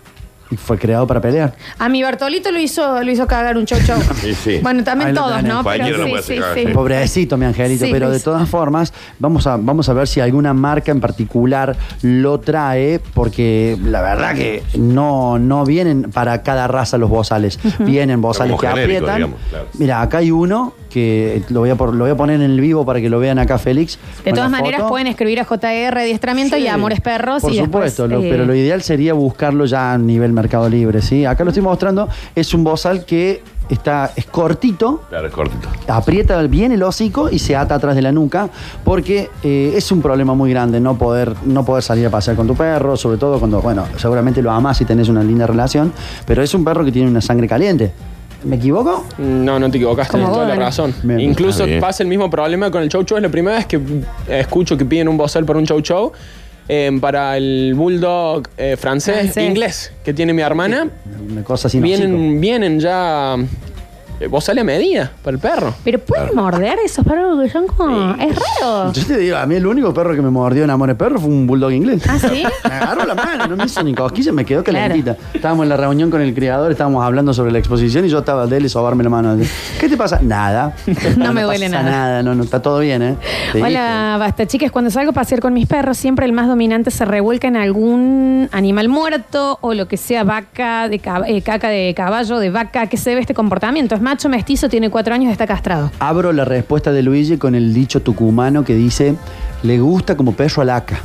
Y fue creado para pelear. A mi Bartolito lo hizo, lo hizo cagar un chau chau. Sí, sí. Bueno, también Ahí lo todos, tenés. ¿no? Cualquiera lo puede hacer cagar, sí. Pobrecito, mi angelito, Sí, pero de Luis. todas formas, vamos a, vamos a ver si alguna marca en particular lo trae, porque la verdad que no, no vienen para cada raza los bozales. Vienen bozales Como que genéricos, aprietan. digamos, claro. Mira, acá hay uno que lo voy, a, por- lo voy a poner en el vivo para que lo vean acá, Félix. De con todas la maneras, foto. pueden escribir a J R Adiestramiento y Sí, a Amores Perros. Por y supuesto, después, lo- eh, pero lo ideal sería buscarlo ya a nivel Mercado Libre, ¿sí? Acá lo estoy mostrando, es un bozal que está, es cortito, Claro, es cortito. aprieta bien el hocico y se ata atrás de la nuca, porque eh, es un problema muy grande no poder, no poder salir a pasear con tu perro, sobre todo cuando, bueno, seguramente lo amás y tenés una linda relación, pero es un perro que tiene una sangre caliente. ¿Me equivoco? No, no te equivocaste, Como tienes toda vos, la Dani. razón. Bien. Incluso Está bien. pasa el mismo problema con el chau chau. Es la primera vez que escucho que piden un bozal para un chau chau. eh, para el bulldog eh, francés, Francés. inglés, que tiene mi hermana, Una cosa así. no, chico. vienen, vienen ya eh, bozal a medida para el perro. Pero pueden morder esos perros que son como. Es raro. Yo te digo, a mí el único perro que me mordió en Amores Perros fue un bulldog inglés. ¿Ah, sí? Me agarró la mano, no me hizo ni cosquilla, me quedó Claro. calentita. Estábamos en la reunión con el criador, estábamos hablando sobre la exposición y yo estaba de él y sobarme la mano. ¿Qué te pasa? Nada. No me duele pasa nada. nada, no, no, está todo bien, ¿eh? Te Hola, basta chicas. Cuando salgo a pasear con mis perros, siempre el más dominante se revuelca en algún animal muerto o lo que sea vaca, de cab- eh, caca de caballo, de vaca. ¿Qué se debe este comportamiento? Es macho, mestizo, tiene cuatro años, está castrado. Abro la respuesta de Luigi con el dicho tucumano que dice, le gusta como perro a laca.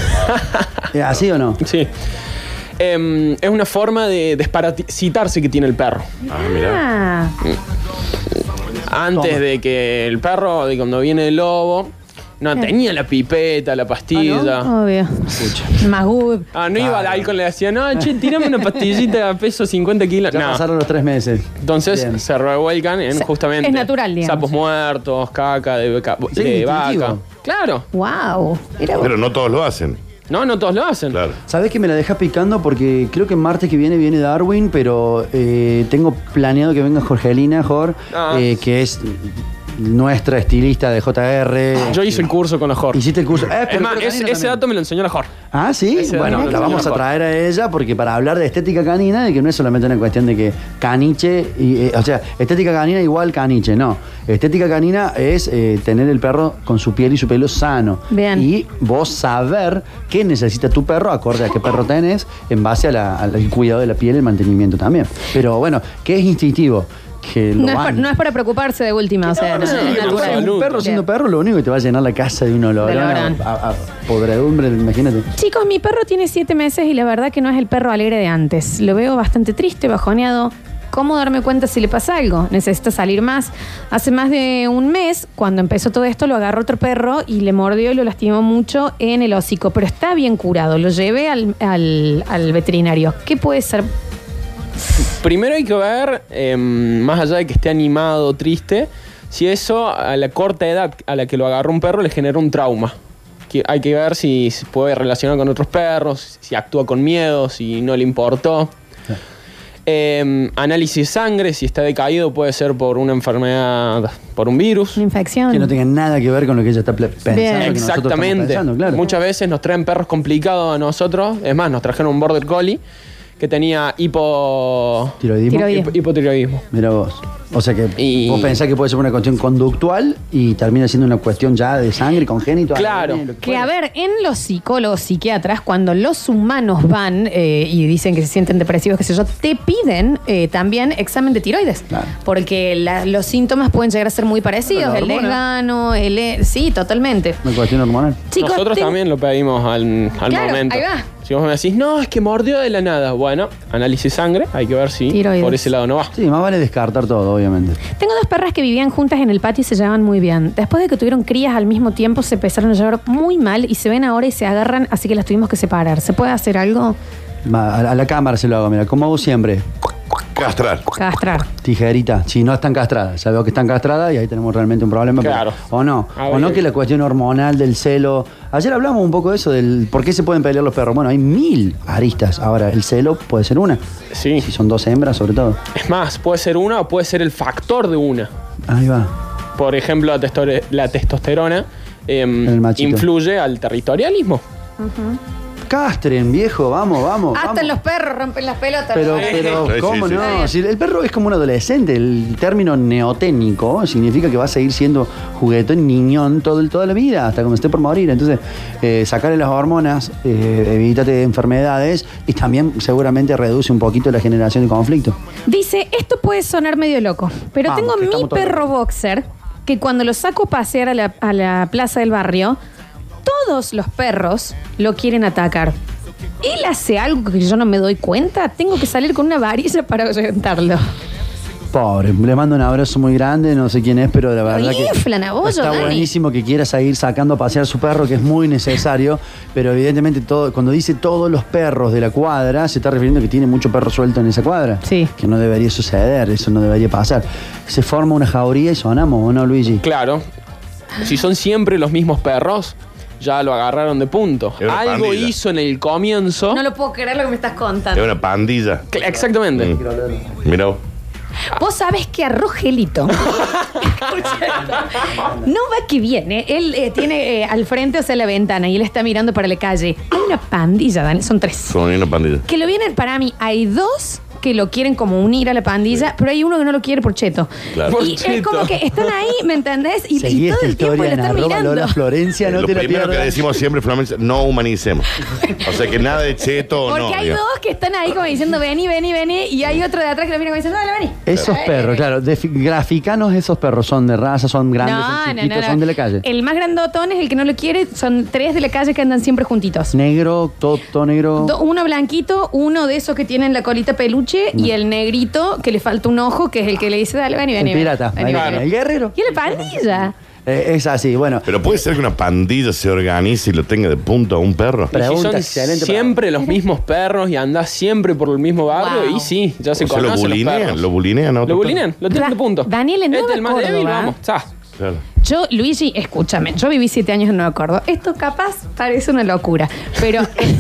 ¿Es así o no? Sí. Em, es una forma de desparasitarse que tiene el perro. Ah, mira. Ah, Antes Toma. de que el perro, de cuando viene el lobo, no tenía la pipeta, la pastilla. obvio. Magud. Ah, no iba al alcohol y le decía, no, che, tirame una pastillita a peso cincuenta kilos. Ya No. pasaron los tres meses. Entonces Bien. se revuelcan en Se- justamente es natural, digamos. sapos muertos, caca de, beca- Sí, de instintivo. vaca. Claro. Wow. Mira vos. Pero no todos lo hacen. No, no todos lo hacen. Claro. ¿Sabés que me la dejas picando? Porque creo que el martes que viene viene Darwin, pero eh, tengo planeado que venga Jorgelina, Jor, Ah. eh, que es nuestra estilista de J R. Yo hice el curso con la Jorge. Hiciste el curso. Eh, Es pero más, creo que ese, Canina ese también. dato me lo enseñó la Jorge. Ah, sí. Ese Bueno, dato me la lo vamos a enseñó traer a ella porque para hablar de estética canina, de que no es solamente una cuestión de que caniche, y, eh, o sea, estética canina igual caniche, no. Estética canina es eh, tener el perro con su piel y su pelo sano. Bien. Y vos saber qué necesita tu perro, acorde a qué perro tenés, en base a la- al al cuidado de la piel y el mantenimiento también. Pero bueno, ¿qué es instintivo? Que lo No es, pa- van. no es para preocuparse de última, o sea, no, no, es no, natural. no, un Salud. perro siendo Bien. perro, lo único que te va a llenar la casa de un olor Del a, olorón. a- a podredumbre, imagínate. Chicos, mi perro tiene siete meses y la verdad que no es el perro alegre de antes. Lo veo bastante triste, bajoneado. ¿Cómo darme cuenta si le pasa algo? Necesita salir más. Hace más de un mes, cuando empezó todo esto, lo agarró otro perro y le mordió y lo lastimó mucho en el hocico. Pero está bien curado. Lo llevé al, al- al veterinario. ¿Qué puede ser? Primero hay que ver, eh, más allá de que esté animado o triste, si eso a la corta edad a la que lo agarró un perro le genera un trauma. Que hay que ver si se puede relacionar con otros perros, si actúa con miedo, si no le importó. Eh, análisis de sangre, si está decaído puede ser por una enfermedad, por un virus. ¿Una infección? Que no tenga nada que ver con lo que ella está ple- pensando. Bien. que nosotros estamos Exactamente. pensando, claro. Muchas veces nos traen perros complicados a nosotros. Es más, nos trajeron un border collie que tenía hipo... Tiroidismo. Tiroidismo. hipo- hipotiroidismo. Mira vos. O sea que Y- vos pensás que puede ser una cuestión conductual y termina siendo una cuestión ya de sangre, congénito. Claro. A D N, lo Que fuera. a ver, en los psicólogos, psiquiatras, cuando los humanos van eh, y dicen que se sienten depresivos, qué sé yo, te piden eh, también examen de tiroides. Claro. Porque la- los síntomas pueden llegar a ser muy parecidos. La El hormona. desgano, el... e- Sí, totalmente. Una cuestión hormonal. Chicos, Nosotros tengo- también lo pedimos al, al Claro, momento. ahí va. Si vos me decís, no, es que mordió de la nada. Bueno, análisis sangre, hay que ver si Tiroides. por ese lado no va. Sí, más vale descartar todo, obviamente. Tengo dos perras que vivían juntas en el patio y se llevaban muy bien. Después de que tuvieron crías al mismo tiempo, se empezaron a llevar muy mal y se ven ahora y se agarran, así que las tuvimos que separar. ¿Se puede hacer algo? Va, a, a la cámara se lo hago, mira, como hago siempre. Castrar. Castrar. Tijerita, si no están castradas, ya veo que están castradas y ahí tenemos realmente un problema. pero- Claro. o no, Ah, o no bien. que la cuestión hormonal del celo. Ayer hablamos un poco de eso, del por qué se pueden pelear los perros. Bueno, hay mil aristas. Ahora, el celo puede ser una. Sí. Si son dos hembras, sobre todo. Es más, puede ser una o puede ser el factor de una. Ahí va. Por ejemplo, la, testore- la testosterona em, El machito. influye al territorialismo. Castren, viejo, vamos, vamos. Hasta vamos. los perros rompen las pelotas. Pero, ¿no? pero, Sí, ¿cómo sí, sí. no? Si el perro es como un adolescente. El término neoténico significa que va a seguir siendo juguetón, niñón todo, el- toda la vida, hasta cuando esté por morir. Entonces, eh, sacarle las hormonas, eh, evítate enfermedades y también seguramente reduce un poquito la generación de conflicto. Dice, esto puede sonar medio loco, pero Vamos, tengo que mi estamos todos perro boxer que cuando lo saco a pasear a la, a la plaza del barrio, todos los perros lo quieren atacar. Él hace algo que yo no me doy cuenta. Tengo que salir con una varilla para ahuyentarlo. Pobre, le mando un abrazo muy grande, no sé quién es, pero la verdad que inflan a vos, está Dani. buenísimo que quiera seguir sacando a pasear a su perro, que es muy necesario, pero evidentemente todo, cuando dice todos los perros de la cuadra, se está refiriendo a que tiene mucho perro suelto en esa cuadra. Sí. Que no debería suceder, eso no debería pasar. Se forma una jauría y sonamos, ¿o no, Luigi? Claro. Si son siempre los mismos perros, ya lo agarraron de punto. Es una Algo pandilla. hizo en el comienzo. No lo puedo creer lo que me estás Es contando. una pandilla. Cl- Exactamente. Mm. Mira vos. Vos sabés que a Rogelito, escucha esto, no va que viene, él eh, tiene eh, al frente, o sea, la ventana, y él está mirando para la calle. Hay una pandilla, Dani, son tres. Son una pandilla. Que lo vienen, para mí, hay dos que lo quieren como unir a la pandilla, pero hay uno que no lo quiere por cheto. Claro. Por Y es cheto. como que están ahí, ¿me entendés? Y, y Seguí todo esta el tiempo lo historia en están arroba mirando. Lola Florencia, no Lo te la primero que pierdas. decimos siempre, Florencia, no humanicemos. O sea que nada de cheto o Porque no. hay digamos. dos que están ahí como diciendo, vení, vení, vení, y hay otro de atrás que lo mira como diciendo, dale, vení. Esos Eh, perros, claro, defi- graficanos esos perros, son de raza, son grandes, son chiquitos, son de la calle. El más grandotón es el que no lo quiere, son tres de la calle que andan siempre juntitos. Negro, todo, todo negro. Do- uno blanquito, uno de esos que tienen la colita peluche y el negrito que le falta un ojo, que es el que le dice, dale, vení, el vení. vení, pirata, vení, ahí, vení". Claro. el guerrero. Y la pandilla. Eh, es así, bueno. Pero puede ser que una pandilla se organice y lo tenga de punto a un perro. Y si Pregunta son excelente, siempre los mismos perros y andás siempre por el mismo barrio, Wow. y sí, ya se O sea, lo conocen los bulinean, perros. lo bulinean a otro Lo perro. bulinean, lo tienen Ra- de punto. Daniel, en Este Nueva es el más débil, Córdoba. vamos, ya. Claro. Yo, Luigi, escúchame, yo viví siete años en Nueva Córdoba. Esto capaz parece una locura, pero,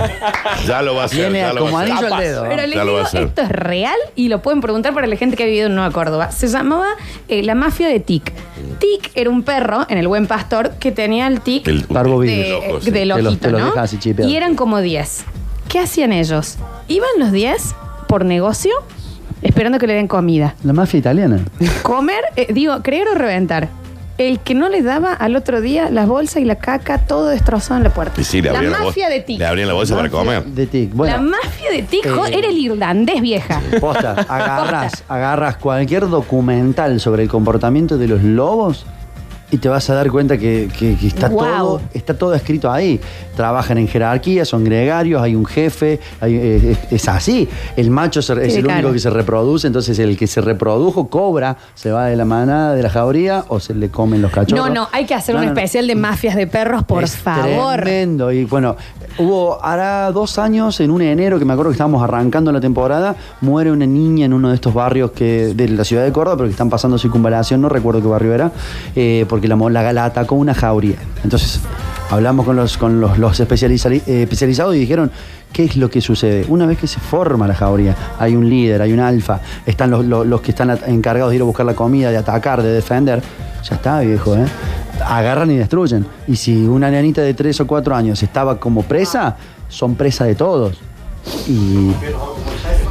Ya lo va a hacer. Viene Ya a lo va como a hacer. anillo al Capaz. dedo. pero le Ya lo digo, va a hacer. esto es real y lo pueden preguntar para la gente que ha vivido en Nueva Córdoba. Se llamaba eh, la mafia de Tic. Tic era un perro en el Buen Pastor que tenía el tic El Parvovirus. de, ojo, sí. del Te los- ojito, te los ¿no? deja así chipeados. Y eran como diez. ¿Qué hacían ellos? Iban los diez por negocio esperando que le den comida. La mafia italiana. Comer, eh, digo, creer o reventar. El que no le daba al otro día las bolsas y la caca, todo destrozado en la puerta. Y sí, le la abrían la, mafia bol- de Tic. Le abrían la bolsa para comer. De tic. Bueno, la mafia de Tic jo, eh, era el irlandés, vieja. posta, agarras, agarras cualquier documental sobre el comportamiento de los lobos y te vas a dar cuenta que, que- que está, Wow. todo, está todo escrito ahí. Trabajan en jerarquía, son gregarios, hay un jefe, hay- eh, es, es así. El macho se- es Sí, el claro. único que se reproduce, entonces el que se reprodujo cobra, se va de la manada de la jauría o se le comen los cachorros. No, no, hay que hacer No, un no, no. especial de mafias de perros, por Es favor. Tremendo. Y bueno, hubo, hará dos años, en un enero, que me acuerdo que estábamos arrancando la temporada, muere una niña en uno de estos barrios que de la ciudad de Córdoba, pero que están pasando circunvalación, no recuerdo qué barrio era, eh, porque la, mo- la, la atacó una jauría. Entonces, hablamos con los, con los, los especializa- eh, especializados y dijeron, ¿qué es lo que sucede? Una vez que se forma la jauría, hay un líder, hay un alfa, están los, los- los que están at- encargados de ir a buscar la comida, de atacar, de defender, ya está, viejo, ¿eh? Agarran y destruyen. Y si una nenita de tres o cuatro años estaba como presa, son presa de todos. Y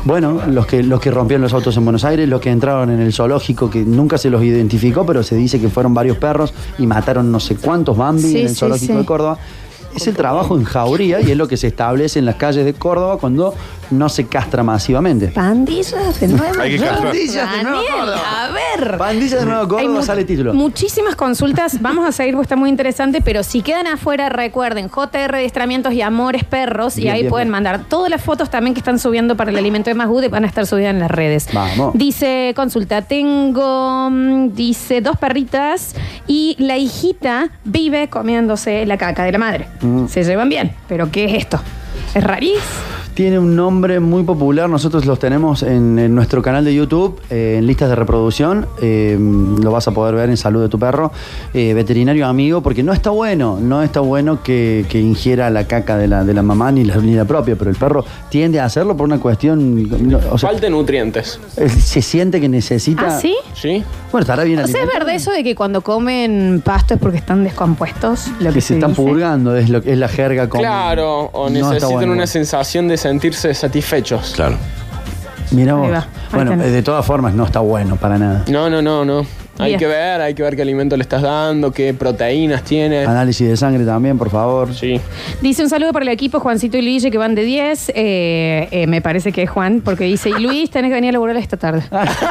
Bueno, los que, los que rompieron los autos en Buenos Aires, los que entraron en el zoológico, que nunca se los identificó, pero se dice que fueron varios perros y mataron no sé cuántos Bambi Sí, en el sí, zoológico sí. de Córdoba. Es el trabajo en jauría y es lo que se establece en las calles de Córdoba cuando no se castra masivamente. Pandillas de nuevo. Hay que castrar. Pandillas de Nueva Daniel, Córdoba. a ver. Pandilla de Nueva Hay Córdoba mu- sale título. Muchísimas consultas. Vamos a seguir porque está muy interesante, pero si quedan afuera, recuerden, J R Adiestramientos y Amores Perros, Bien, y ahí bien, pueden bien. mandar todas las fotos también que están subiendo para el alimento de Masgude, van a estar subidas en las redes. Vamos. Dice, consulta, tengo, mm, dice, dos perritas y la hijita vive comiéndose la caca de la madre. Mm. Se llevan bien, pero ¿qué es esto? ¿Es rarísimo? Tiene un nombre muy popular, nosotros los tenemos en, en nuestro canal de YouTube, eh, en listas de reproducción, eh, lo vas a poder ver en Salud de tu Perro, eh, veterinario amigo, porque no está bueno, no está bueno que, que ingiera la caca de la, de la mamá ni la, ni la propia, pero el perro tiende a hacerlo por una cuestión, no, o sea, Falta nutrientes. él se siente que necesita... ¿Ah, sí? ¿Sí? Bueno, estará bien O sea, ¿es alimentado. verdad eso de que cuando comen pasto es porque están descompuestos? Lo que, Que se están dice? purgando, es, lo, es la jerga común. Claro, o No está necesitan bueno. una sensación de sentirse satisfechos. Claro. Mira Ahí vos. va, ahí Bueno, tenés. eh, de todas formas no está bueno para nada. No, no, no, no. Hay Bien. que ver, hay que ver qué alimento le estás dando, qué proteínas tiene. Análisis de sangre también, por favor. Sí. Dice un saludo para el equipo, Juancito y Luis, que van de diez. Eh, eh, me parece que es Juan, porque dice, y Luis, tenés que venir a laburar esta tarde.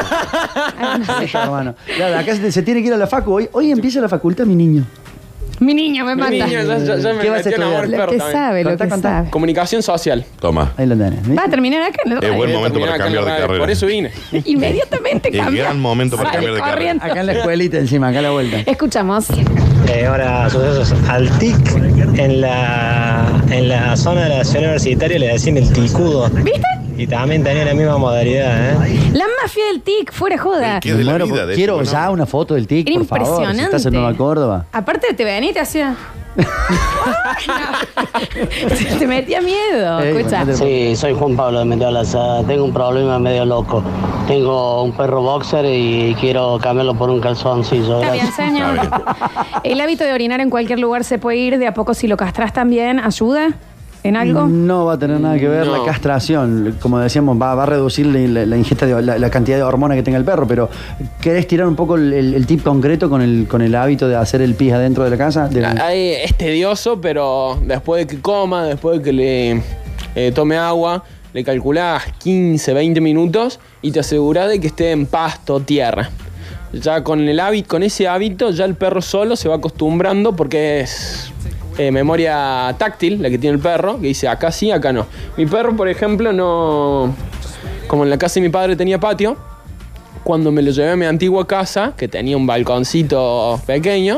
Ah, no sé. Está, hermano. Claro, acá se, se tiene que ir a la facu. Hoy, hoy empieza la facultad, mi niño. Mi niño me Mi manda. niño ya, ya- ya me ¿Qué vas a metió en amor estudiar? Lo perro que también. sabe, lo Contá, que contá. sabe. Comunicación social. Toma. Ahí lo tenés. ¿viste? Va a terminar acá en la Es radio. buen momento Terminar para acá en la cambiar de radio. carrera. Por eso vine. Inmediatamente El cambia. gran momento para Sale cambiar de carrera. corriendo. Acá en la escuelita encima, acá a la vuelta. Escuchamos. Eh, ahora, sucesos. Al T I C en la, en la zona de la ciudad universitaria le decían el ticudo. ¿Viste? Y también tenía la misma modalidad, ¿eh? La mafia del T I C, fuera joda. ¿Qué es de la Muero vida por- de quiero esto, ya no? una foto del tic, Era por favor. Si impresionante. estás en Nueva Córdoba. Aparte te venía y te hacía... te, te metía miedo. Ey, Escucha. bueno, Sí, soy Juan Pablo de Mendoza. Tengo un problema medio loco. Tengo un perro boxer y quiero cambiarlo por un calzoncillo. Está bien, Gracias. señor. El hábito de orinar en cualquier lugar se puede ir de a poco si lo castras también. ¿Ayuda en algo? No va a tener nada que ver No. la castración. Como decíamos, va, va a reducir la, la- la ingesta de la, la cantidad de hormona que tenga el perro. Pero, ¿querés tirar un poco el, el- el tip concreto con el, con el hábito de hacer el pis adentro de la casa? De- Ahí es tedioso, pero después de que coma, después de que le eh, tome agua, le calculás quince, veinte minutos y te asegurás de que esté en pasto, tierra. Ya con el hábito, con ese hábito, ya el perro solo se va acostumbrando porque es eh, memoria táctil la que tiene el perro, que dice acá sí, acá no. Mi perro, por ejemplo, no. Como en la casa de mi padre tenía patio, cuando me lo llevé a mi antigua casa, que tenía un balconcito pequeño,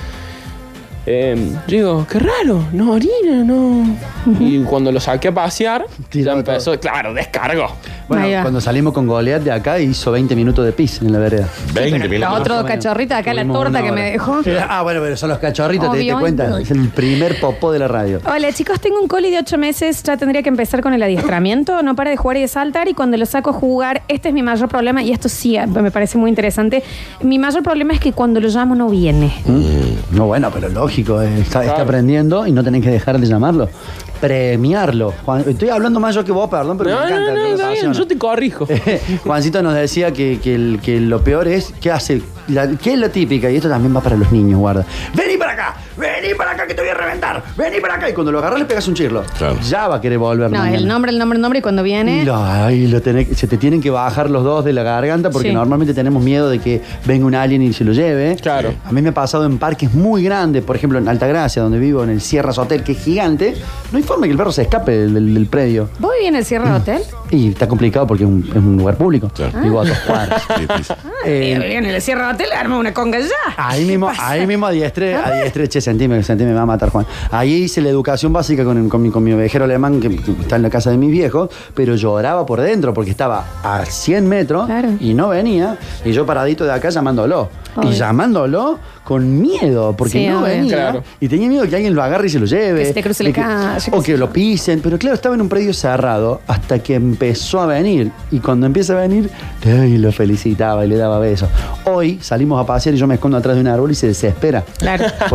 eh, yo digo, qué raro, no orina, no. Y cuando lo saqué a pasear, Tiró ya empezó, claro, descargó. Bueno, Ahí va. cuando salimos con Goliat de acá hizo veinte minutos de pis en la vereda. veinte Los minutos. otros cachorritos acá, la Tuvimos torta una que me hora. dejó. Ah, bueno, pero son los cachorritos, te diste Obvio. cuenta. Es el primer popó de la radio. Hola chicos, tengo un coli de ocho meses, ya tendría que empezar con el adiestramiento, no para de jugar y de saltar y cuando lo saco a jugar, este es mi mayor problema y esto sí me parece muy interesante, mi mayor problema es que cuando lo llamo no viene. Mm. No, bueno, pero lógico, eh, está, está Claro. aprendiendo y no tenés que dejar de llamarlo. Premiarlo. Juan, estoy hablando más yo que vos, perdón, pero No, me encanta. no, no, me está bien, apasiona. yo te corrijo. Juancito nos decía que, que el- que lo peor es, ¿qué hace? La, ¿Qué es la típica? Y esto también va para los niños, guarda. Vení para acá, vení para acá que te voy a reventar, vení para acá. Y cuando lo agarras le pegas un chirlo. Claro. Ya va a querer volver. No, mañana. el nombre, el nombre, el nombre y cuando viene... Y lo- ay, lo tenés- se te tienen que bajar los dos de la garganta porque Sí. normalmente tenemos miedo de que venga un alien y se lo lleve. Claro. A mí me ha pasado en parques muy grandes, por ejemplo en Altagracia, donde vivo, en el Sierras Hotel, que es gigante. No hay forma que el perro se escape del, del- del predio. ¿Vos vivís en el Sierra Hotel? Y está complicado porque es un, es un lugar público. Claro. Vivo a dos cuadras. Difícil. Eh, Eh, en el Sierra Hotel, arma una conga ya. Ahí mismo, ahí mismo adiestré, adiestré, che, sentime, sentime, me va a matar Juan. Ahí hice la educación básica con, con mi, con mi ovejero alemán que, que está en la casa de mis viejos, pero lloraba por dentro porque estaba a cien metros Claro. y no venía. Y yo paradito de acá llamándolo. Obvio. Y llamándolo con miedo, porque Sí, no obvio. venía. Claro. Y tenía miedo que alguien lo agarre y se lo lleve. Que se te cruce de la calle, O que que se- lo pisen. Pero claro, estaba en un predio cerrado hasta que empezó a venir. Y cuando empieza a venir, ay, lo felicitaba y le daba besos. Hoy salimos a pasear y yo me escondo atrás de un árbol y se desespera. Claro. Porque necesita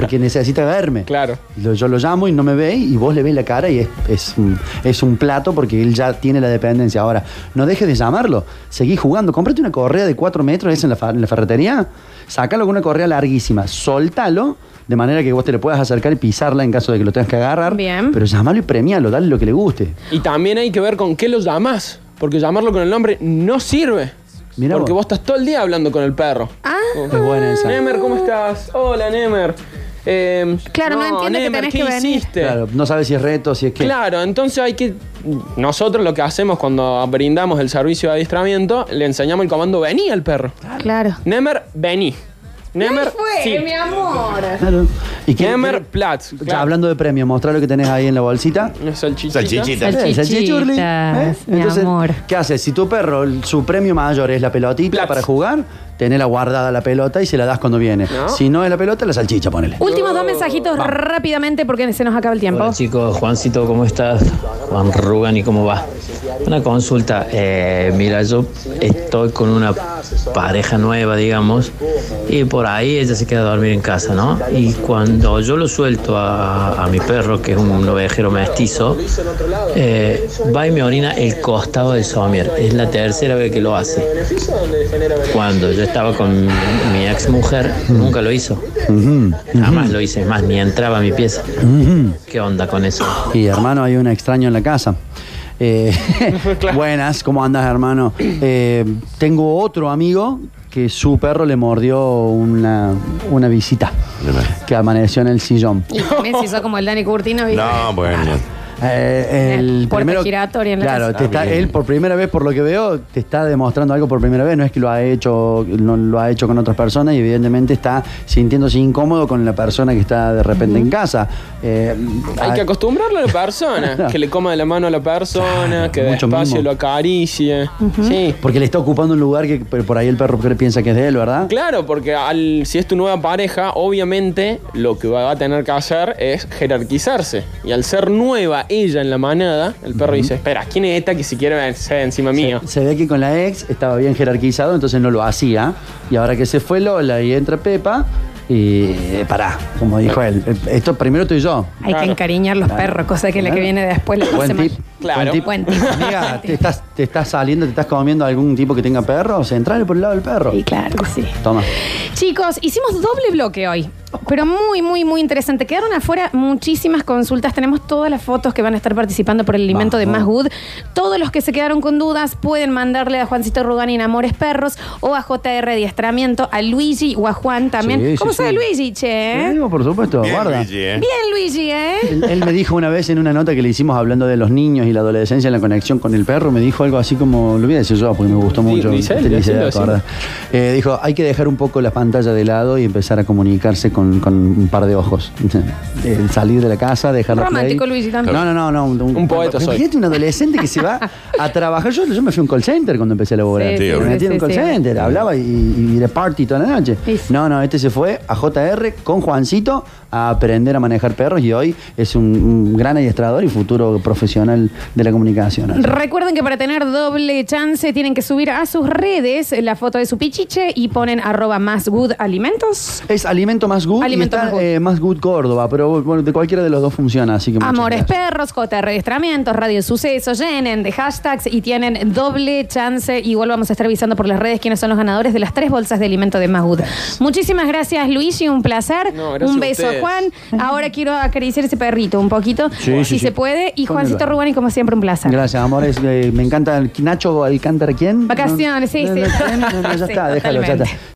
necesita verme. Claro. Lo- yo lo llamo y no me ve y vos le ves la cara y es, es, un, es un plato porque él ya tiene la dependencia. Ahora, no dejes de llamarlo, seguí jugando. Cómprate una correa de cuatro metros esa en la, fa- en la ferretería, sácalo con una correa larguísima, soltalo de manera que vos te le puedas acercar y pisarla en caso de que lo tengas que agarrar. Bien. Pero llamalo y premialo, dale lo que le guste. Y también hay que ver con qué lo llamás. Porque llamarlo con el nombre no sirve. Mirá porque vos. vos estás todo el día hablando con el perro. Ah, Es buena esa. Nemer, ¿cómo estás? Hola, Nemer. Eh, Claro, no entiende que Nemer, tenés ¿qué que venir. hiciste? Claro, no sabes si es reto, si es que. Claro, entonces hay que... Nosotros lo que hacemos cuando brindamos el servicio de adiestramiento, le enseñamos el comando vení al perro. claro. Nemer, vení. Nemer, fue, sí. mi amor? Claro. ¿Y qué- Nemer, qué- Platz. Ya, Claro. hablando de premio, mostrar lo que tenés ahí en la bolsita. Una salchichita. Salchichita. Eh, salchichurli, Salchichitas, mi Entonces, amor. ¿qué haces? Si tu perro, el- su premio mayor es la pelotita Platz. para jugar, tenela guardada la pelota y se la das cuando viene. No. Si no es la pelota, la salchicha, ponele. Últimos dos mensajitos rápidamente porque se nos acaba el tiempo. Hola chicos, Juancito, ¿cómo estás? Juan Rugani, ¿cómo va? Una consulta. Eh, mira, yo estoy con una pareja nueva, digamos, y por ahí ella se queda a dormir en casa, ¿no? Y cuando yo lo suelto a, a mi perro, que es un ovejero mestizo, eh, va y me orina el costado del somier. Es la tercera vez que lo hace. Cuando yo estaba con mi ex mujer, nunca lo hizo. Jamás lo hice, es más, ni entraba a mi pieza. ¿Qué onda con eso? Y hermano, hay un extraño en la casa. Eh, Buenas, ¿cómo andas, hermano? Eh, tengo otro amigo que su perro le mordió una, una visita que amaneció en el sillón. Y también si sos como el Dani Curtino, ¿viste? No, bueno. Eh, el Puerta primero, giratoria en la claro, casa. te está, Ah, bien. él por primera vez, por lo que veo, te está demostrando algo por primera vez. No es que lo ha hecho, no lo ha hecho con otras personas y evidentemente está sintiéndose incómodo con la persona que está de repente en casa. Eh, Hay ah, que acostumbrarlo a la persona. Que le coma de la mano a la persona, que mucho despacio mimo. lo acaricie. Sí. Porque le está ocupando un lugar que por ahí el perro piensa que es de él, ¿verdad? Claro, porque al, si es tu nueva pareja, obviamente lo que va a tener que hacer es jerarquizarse. Y al ser nueva ella en la manada, el perro dice, espera, ¿quién es esta que si quiere ser encima mío? Se ve que con la ex estaba bien jerarquizado, entonces no lo hacía. Y ahora que se fue Lola y entra Pepa, y eh, pará, como dijo él, eh, esto primero estoy yo. Hay Claro. que encariñar los perros, cosa que la que viene después la hace Buen mal. tip. Claro. Buen tip. Buen tip. Amiga, ¿te estás, ¿te estás saliendo, te estás comiendo algún tipo que tenga perro? Centrale por el lado del perro. Y claro que sí. Toma. Chicos, hicimos doble bloque hoy, pero muy, muy, muy interesante. Quedaron afuera muchísimas consultas. Tenemos todas las fotos que van a estar participando por el alimento de Vamos. Más Good. Todos los que se quedaron con dudas pueden mandarle a Juancito Rugani en Amores Perros o a J R Adiestramiento, a Luigi o a Juan también. Sí, sí, ¿Cómo sí. sabe Luigi, che? Te digo, por supuesto, Bien, guarda. Luigi, ¿eh? Bien, Luigi, ¿eh? Él, él me dijo una vez en una nota que le hicimos hablando de los niños y la adolescencia en la conexión con el perro, me dijo algo así como, lo voy a decir yo porque me gustó Di- mucho. dice él, Te dice, decilo, ¿te acordás? Eh, dijo, hay que dejar un poco la pantalla de lado y empezar a comunicarse con, con un par de ojos. Eh, salir de la casa, dejar la Romántico, play. Luigi, también. No, no, no, no. Un, Un poeta soy. Imagínate un adolescente que se va a trabajar. Yo, yo me fui a un call center cuando empecé a laborar. Sí, sí, me sí, metí en un sí, call sí. center, hablaba y, y de party toda la noche. Sí, sí. No, no, este se fue a J R con Juancito a aprender a manejar perros y hoy es un, un gran adiestrador y futuro profesional de la comunicación. Así. Recuerden que para tener doble chance tienen que subir a sus redes la foto de su pichiche y ponen arroba más good alimentos. Es Alimento Más Good Alimento y está Más Good. eh, Más Good Córdoba, pero bueno, de cualquiera de los dos funciona, así que muchas Amores gracias. Perros, J R Adiestramientos, Radio Sucesos, llenen de hashtags y tienen doble chance. Igual vamos a estar avisando por las redes quiénes son los ganadores de las tres bolsas de alimento de Más Good. Muchísimas gracias, Luigi, un placer. No, gracias un a beso a, ustedes. Juan. Ahora quiero acariciar ese perrito un poquito, Sí, si sí, se sí. puede. Y Ponelo. Juancito Rugani, como siempre, un placer. Gracias, amores. Eh, me encanta el Nacho Alcántara, ¿quién? Vacaciones, sí, No, sí. no, no, no, ya Sí, está, déjalo, ya totalmente. está.